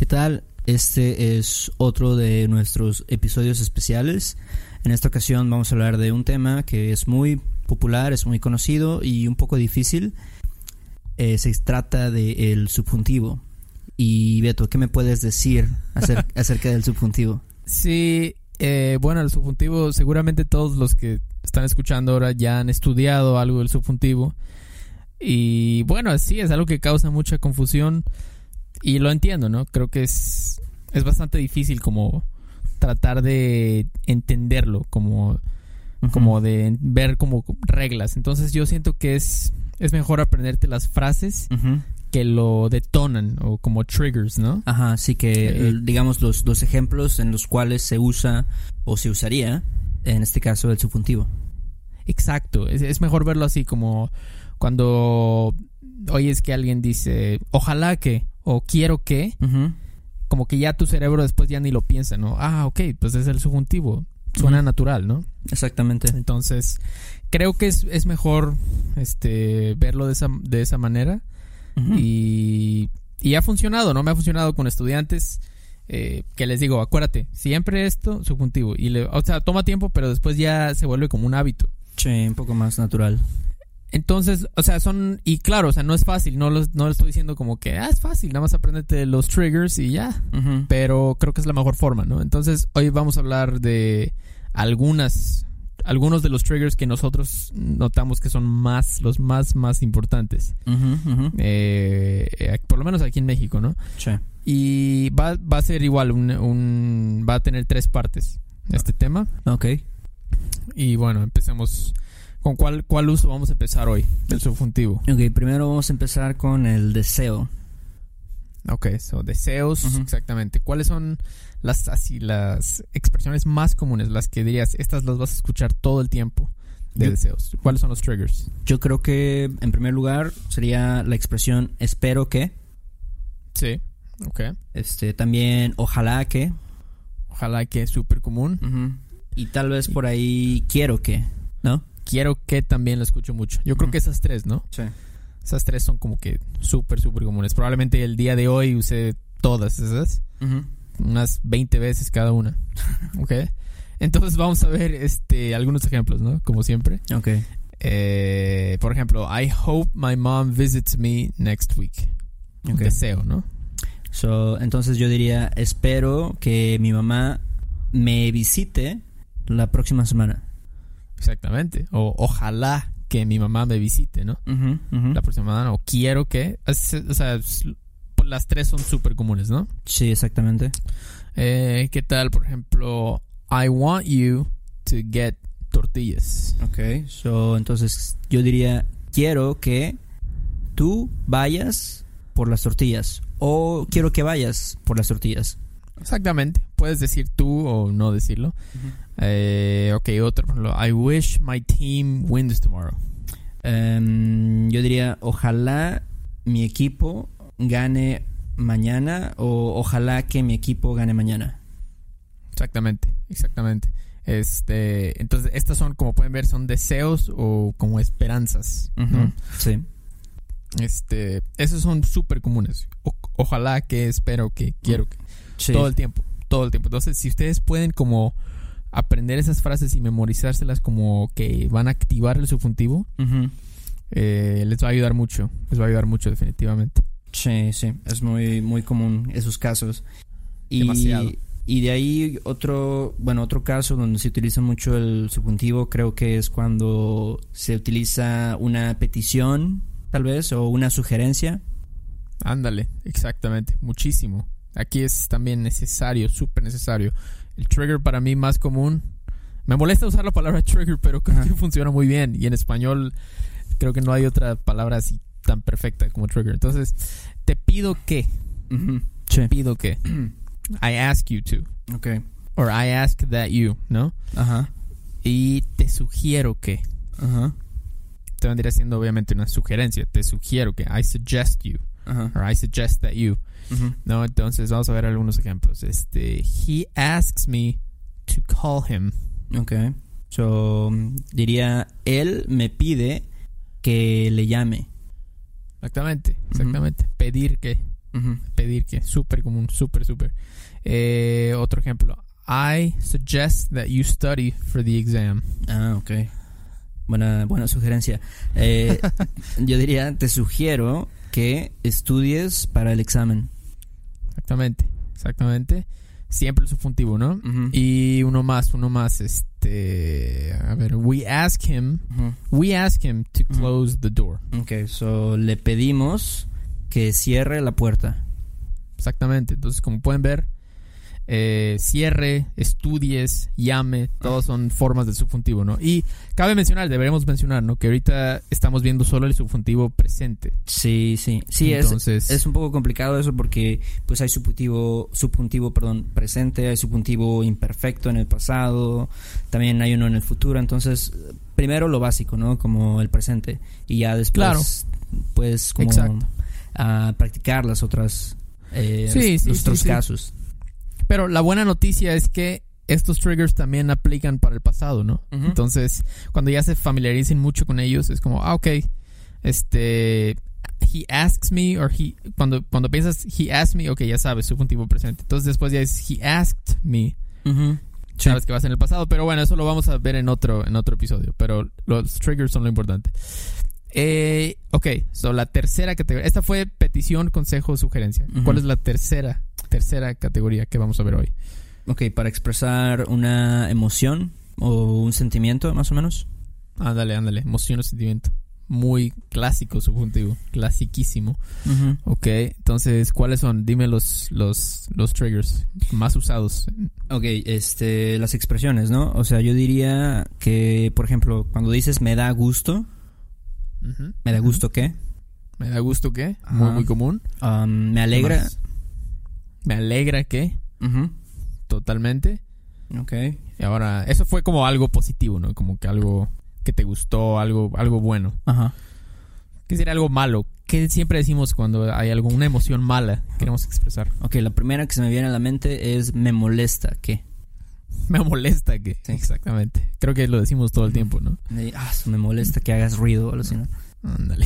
¿Qué tal? Este es otro de nuestros episodios especiales. En esta ocasión vamos a hablar de un tema que es muy popular, es muy conocido y un poco difícil. Se trata del subjuntivo. Y Beto, ¿qué me puedes decir acerca del subjuntivo? Sí, bueno, el subjuntivo, seguramente todos los que están escuchando ahora ya han estudiado algo del subjuntivo. Y bueno, sí, es algo que causa mucha confusión y lo entiendo, ¿no? Creo que es bastante difícil como tratar de entenderlo, como de ver como reglas. Entonces yo siento que es mejor aprenderte las frases que lo detonan o como triggers, ¿no? Ajá, sí que digamos los ejemplos en los cuales se usa o se usaría, en este caso, el subjuntivo. Exacto, es mejor verlo así como cuando oyes que alguien dice ojalá que o quiero que, como que ya tu cerebro después ya ni lo piensa, ¿no? Ah, ok, pues es el subjuntivo, suena natural, ¿no? Exactamente. Entonces creo que es mejor verlo de esa manera. Y ha funcionado, ¿no? Me ha funcionado con estudiantes que les digo, acuérdate, siempre esto, subjuntivo. O sea, toma tiempo, pero después ya se vuelve como un hábito. Sí, un poco más natural. Entonces, o sea, y claro, o sea, no es fácil, no lo estoy diciendo como que, es fácil, nada más apréndete los triggers y ya. Pero creo que es la mejor forma, ¿no? Entonces, hoy vamos a hablar de algunos de los triggers que nosotros notamos que son los más importantes. Por lo menos aquí en México, ¿no? Sí. Y va a ser igual, va a tener 3 partes este tema. Ok. Y bueno, empecemos. ¿Con cuál uso vamos a empezar hoy del subjuntivo? Ok, primero vamos a empezar con el deseo. Ok, deseos, exactamente. ¿Cuáles son las expresiones más comunes, las que dirías, estas las vas a escuchar todo el tiempo de deseos? ¿Cuáles son los triggers? Yo creo que, en primer lugar, sería la expresión espero que. Sí, ok. También ojalá que. Ojalá que es súper común. Y tal vez por ahí quiero que, ¿no? Quiero que también lo escucho mucho. Yo creo que esas 3, ¿no? Sí. Esas 3 son como que súper comunes. Probablemente el día de hoy usé todas esas. Unas 20 veces cada una. Ok. Entonces vamos a ver algunos ejemplos, ¿no? Como siempre. Ok. Por ejemplo, I hope my mom visits me next week. Okay. Deseo, ¿no? Entonces yo diría, espero que mi mamá me visite la próxima semana. Exactamente. O ojalá que mi mamá me visite, ¿no? La próxima semana. O quiero que. O sea, las 3 son súper comunes, ¿no? Sí, exactamente. ¿Qué tal? Por ejemplo, I want you to get tortillas. Ok. Entonces yo diría, quiero que tú vayas por las tortillas. O quiero que vayas por las tortillas. Exactamente. Puedes decir tú o no decirlo. Ok, otro. Por ejemplo, I wish my team wins tomorrow. Yo diría, ojalá mi equipo gane mañana. O ojalá que mi equipo gane mañana. Exactamente. Entonces, estas son, como pueden ver, son deseos o como esperanzas, ¿no? Sí. Esos son súper comunes. Ojalá que, espero que, quiero que. Sí. Todo el tiempo. Entonces, si ustedes pueden como aprender esas frases y memorizárselas como que van a activar el subjuntivo, les va a ayudar mucho. Definitivamente. Sí. Es muy común esos casos. Demasiado. Y de ahí otro caso donde se utiliza mucho el subjuntivo, creo que es cuando se utiliza una petición, tal vez, o una sugerencia. Ándale, exactamente, muchísimo. Aquí es también necesario, súper necesario. El trigger para mí más común. Me molesta usar la palabra trigger, pero creo que funciona muy bien. Y en español creo que no hay otra palabra así tan perfecta como trigger. Entonces, te pido que. Te pido que. I ask you to. Okay. Or I ask that you, ¿no? Y te sugiero que. Te vendría siendo obviamente una sugerencia. Te sugiero que. I suggest you. Or I suggest that you. No, entonces vamos a ver algunos ejemplos. He asks me to call him. Okay. Diría, él me pide que le llame. Exactamente. Pedir que. Pedir que, súper común, súper. Otro ejemplo. I suggest that you study for the exam. Ok. Buena sugerencia. Yo diría, te sugiero que estudies para el examen. Exactamente. Siempre el subjuntivo, ¿no? Y uno más. A ver, we ask him to close the door. Ok, so le pedimos que cierre la puerta. Exactamente. Entonces, como pueden ver, cierre, estudies, llame, todos son formas del subjuntivo, ¿no? Y deberemos mencionar, ¿no? Que ahorita estamos viendo solo el subjuntivo presente. Sí. Entonces, es un poco complicado eso porque pues hay subjuntivo presente, hay subjuntivo imperfecto en el pasado, también hay uno en el futuro. Entonces, primero lo básico, ¿no? Como el presente, y ya después pues como practicar las otras los otros casos. Pero la buena noticia es que estos triggers también aplican para el pasado, ¿no? Entonces, cuando ya se familiaricen mucho con ellos, es como, ok, he asks me, cuando piensas he asked me, ok, ya sabes, subjuntivo presente. Entonces, después ya es he asked me. Sabes que vas en el pasado, pero bueno, eso lo vamos a ver en otro episodio. Pero los triggers son lo importante. Ok, so la tercera categoría. Esta fue petición, consejo, sugerencia. ¿Cuál es la tercera categoría que vamos a ver hoy? Ok, para expresar una emoción o un sentimiento, más o menos. Ándale, emoción o sentimiento. Muy clásico subjuntivo, clasiquísimo. Ok, entonces, ¿cuáles son? Dime los triggers más usados. Ok, las expresiones, ¿no? O sea, yo diría que, por ejemplo, cuando dices me da gusto, ¿me da gusto qué? ¿Me da gusto qué? Muy común. Me alegra. ¿Me alegra qué? Totalmente. Ok. Y ahora, eso fue como algo positivo, ¿no? Como que algo que te gustó, algo bueno. Ajá. ¿Qué sería algo malo? ¿Qué siempre decimos cuando hay alguna emoción mala que queremos expresar? Ok, la primera que se me viene a la mente es me molesta qué. Me molesta que. Sí. Exactamente. Creo que lo decimos todo el tiempo, ¿no? Me molesta que hagas ruido o algo así, ¿no? Ándale.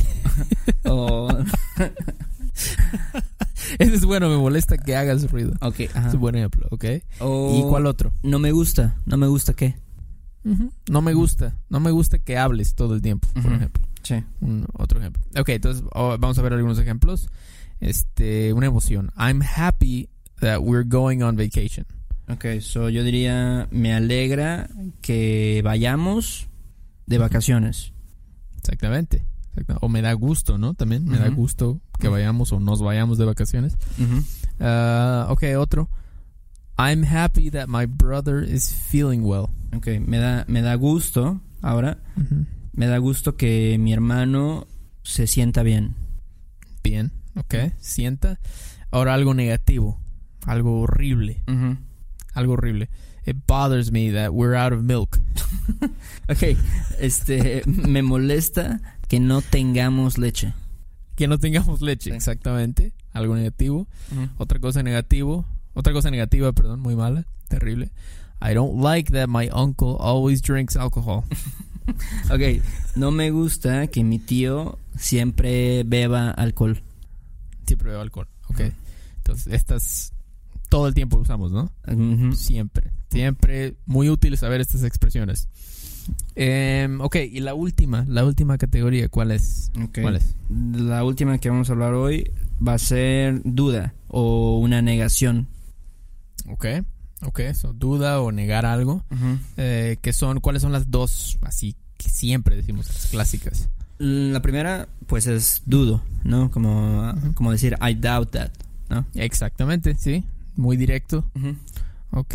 Ese es bueno, me molesta que hagas ruido. Ok, es un buen ejemplo, ok. ¿Y cuál otro? No me gusta qué. No me gusta que hables todo el tiempo, por ejemplo. Sí. Otro ejemplo. Ok, entonces vamos a ver algunos ejemplos. Una emoción. I'm happy that we're going on vacation. Ok, so yo diría me alegra que vayamos de vacaciones. Exactamente. O me da gusto, ¿no? También me da gusto que vayamos o nos vayamos de vacaciones. Ok, otro. I'm happy that my brother is feeling well. Ok, me da gusto ahora. Me da gusto que mi hermano se sienta bien. Bien, ok. Sienta. Ahora algo negativo. Algo horrible. Algo horrible. It bothers me that we're out of milk. Ok, me molesta que no tengamos leche. Que no tengamos leche, sí. Exactamente. Algo negativo. Otra cosa negativa, perdón, muy mala, terrible. I don't like that my uncle always drinks alcohol. Ok, no me gusta que mi tío siempre beba alcohol. Siempre beba alcohol, ok. Entonces, estas todo el tiempo usamos, ¿no? Siempre. Muy útil saber estas expresiones. Ok, y la última categoría, ¿cuál es? Okay. ¿Cuál es? La última que vamos a hablar hoy va a ser duda o una negación. Ok, so, duda o negar algo. ¿Cuáles son las dos así que siempre decimos, las clásicas? La primera, pues es dudo, ¿no? Como decir I doubt that, ¿no? Exactamente, sí. Muy directo. Ok.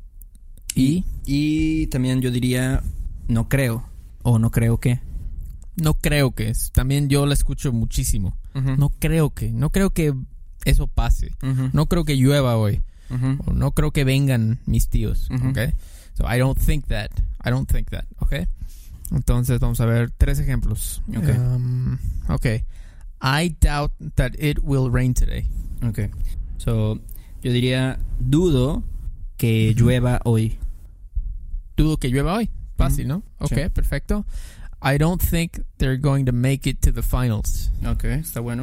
Y también yo diría no creo o no creo que. No creo que. También yo la escucho muchísimo. No creo que eso pase. No creo que llueva hoy. O no creo que vengan mis tíos. Okay. So I don't think that. Okay. Entonces vamos a ver 3 ejemplos. Okay. I doubt that it will rain today. Okay. So yo diría dudo que llueva hoy. Dudo que llueva hoy. Fácil, ¿no? Ok, sí. Perfecto. I don't think they're going to make it to the finals. Ok, está bueno.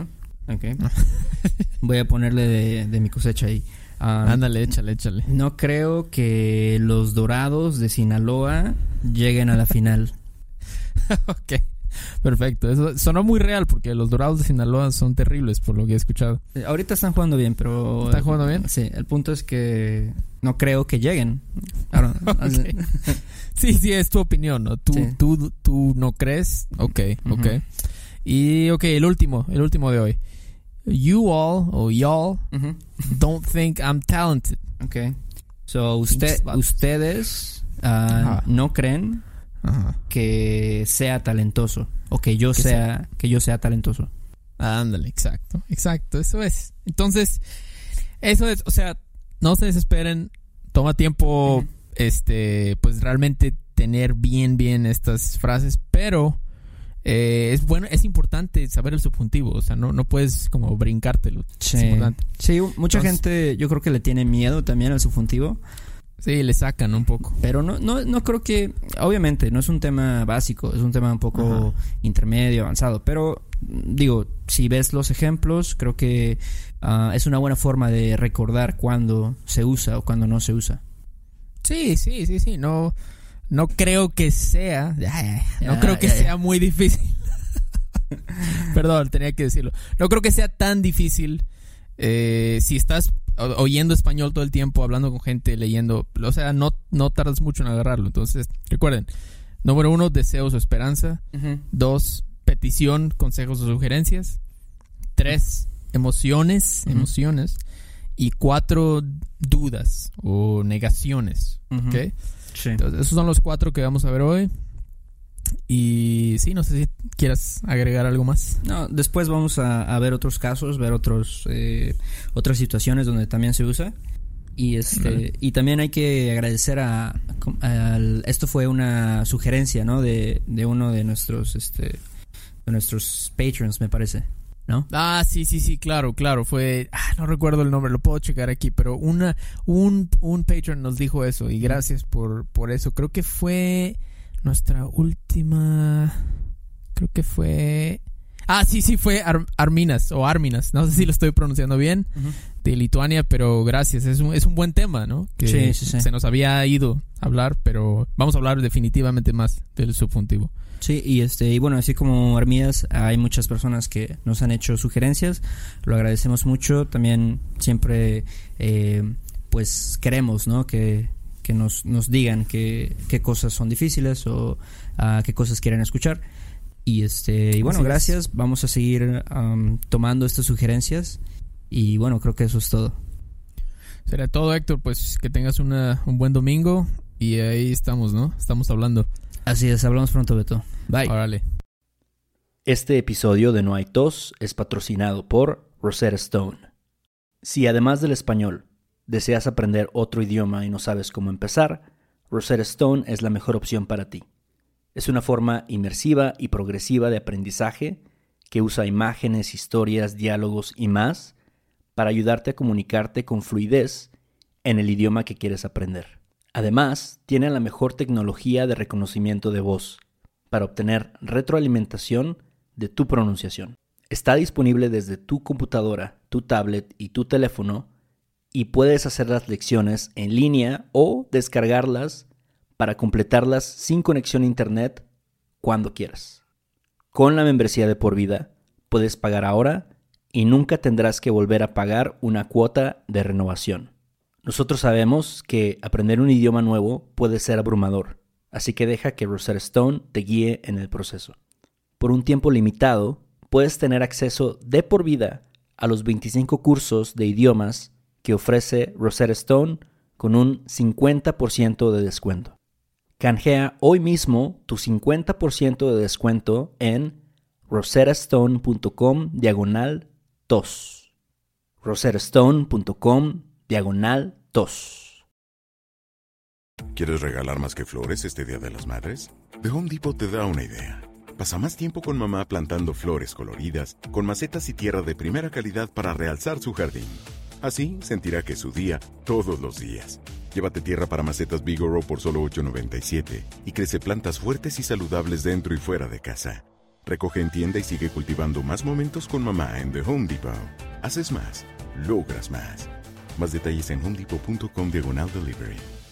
Okay. Voy a ponerle de mi cosecha ahí. Ándale, échale. No creo que los Dorados de Sinaloa lleguen a la final. Ok, perfecto. Eso sonó muy real porque los Dorados de Sinaloa son terribles por lo que he escuchado. Ahorita están jugando bien, pero... ¿Están jugando bien? Sí, el punto es que no creo que lleguen. Okay. Sí, es tu opinión, ¿no? Tú no crees. Ok. Y el último de hoy. You all, o y'all, don't think I'm talented. Okay. So, ustedes no creen que sea talentoso. O que yo sea talentoso. Ándale, exacto. Eso es. Entonces, eso es, o sea, no se desesperen. Toma tiempo, pues realmente tener bien estas frases, pero es bueno, es importante saber el subjuntivo, o sea, no puedes como brincártelo. Sí. Es importante. Sí, mucha gente yo creo que le tiene miedo también al subjuntivo. Sí, le sacan un poco. Pero no creo que, obviamente, no es un tema básico, es un tema un poco intermedio, avanzado, pero digo, si ves los ejemplos, creo que es una buena forma de recordar cuándo se usa o cuándo no se usa. Sí, no creo que sea... No creo que sea muy difícil. Perdón, tenía que decirlo. No creo que sea tan difícil si estás oyendo español todo el tiempo, hablando con gente, leyendo. O sea, no tardas mucho en agarrarlo. Entonces, recuerden. Número 1, deseos o esperanza. 2, petición, consejos o sugerencias. 3, emociones. Y 4, dudas o negaciones. ¿Ok? Sí. Entonces, esos son los 4 que vamos a ver hoy. Y sí, no sé si quieras agregar algo más. No, después vamos a ver otros casos, ver otras situaciones donde también se usa. Y y también hay que agradecer esto fue una sugerencia, ¿no? De uno de nuestros patrons, me parece, ¿no? Ah, sí, claro. Fue, no recuerdo el nombre, lo puedo checar aquí, pero un patron nos dijo eso y gracias por eso. Creo que fue nuestra última, fue fue Arminas, no sé si lo estoy pronunciando bien, de Lituania, pero gracias, es un buen tema, ¿no? Que sí. Se nos había ido a hablar, pero vamos a hablar definitivamente más del subjuntivo. Sí, y bueno, así como Armidas, hay muchas personas que nos han hecho sugerencias, lo agradecemos mucho. También siempre pues queremos, ¿no? que nos digan qué cosas son difíciles o qué cosas quieren escuchar. Y bueno, gracias. Vamos a seguir tomando estas sugerencias. Y bueno, creo que eso es todo. Será todo, Héctor. Pues que tengas un buen domingo. Y ahí estamos, ¿no? Estamos hablando. Así es, hablamos pronto, Beto. Bye. Órale. Este episodio de No hay tos es patrocinado por Rosetta Stone. Si además del español deseas aprender otro idioma y no sabes cómo empezar, Rosetta Stone es la mejor opción para ti. Es una forma inmersiva y progresiva de aprendizaje que usa imágenes, historias, diálogos y más para ayudarte a comunicarte con fluidez en el idioma que quieres aprender. Además, tiene la mejor tecnología de reconocimiento de voz para obtener retroalimentación de tu pronunciación. Está disponible desde tu computadora, tu tablet y tu teléfono y puedes hacer las lecciones en línea o descargarlas para completarlas sin conexión a internet cuando quieras. Con la membresía de por vida, puedes pagar ahora y nunca tendrás que volver a pagar una cuota de renovación. Nosotros sabemos que aprender un idioma nuevo puede ser abrumador, así que deja que Rosetta Stone te guíe en el proceso. Por un tiempo limitado, puedes tener acceso de por vida a los 25 cursos de idiomas que ofrece Rosetta Stone con un 50% de descuento. Canjea hoy mismo tu 50% de descuento en rosettastone.com/tos. rosettastone.com/tos. ¿Quieres regalar más que flores este Día de las Madres? The Home Depot te da una idea. Pasa más tiempo con mamá plantando flores coloridas, con macetas y tierra de primera calidad para realzar su jardín. Así sentirá que es su día todos los días. Llévate tierra para macetas Vigoro por solo $8.97 y crece plantas fuertes y saludables dentro y fuera de casa. Recoge en tienda y sigue cultivando más momentos con mamá en The Home Depot. Haces más, logras más. Más detalles en homedepot.com/delivery.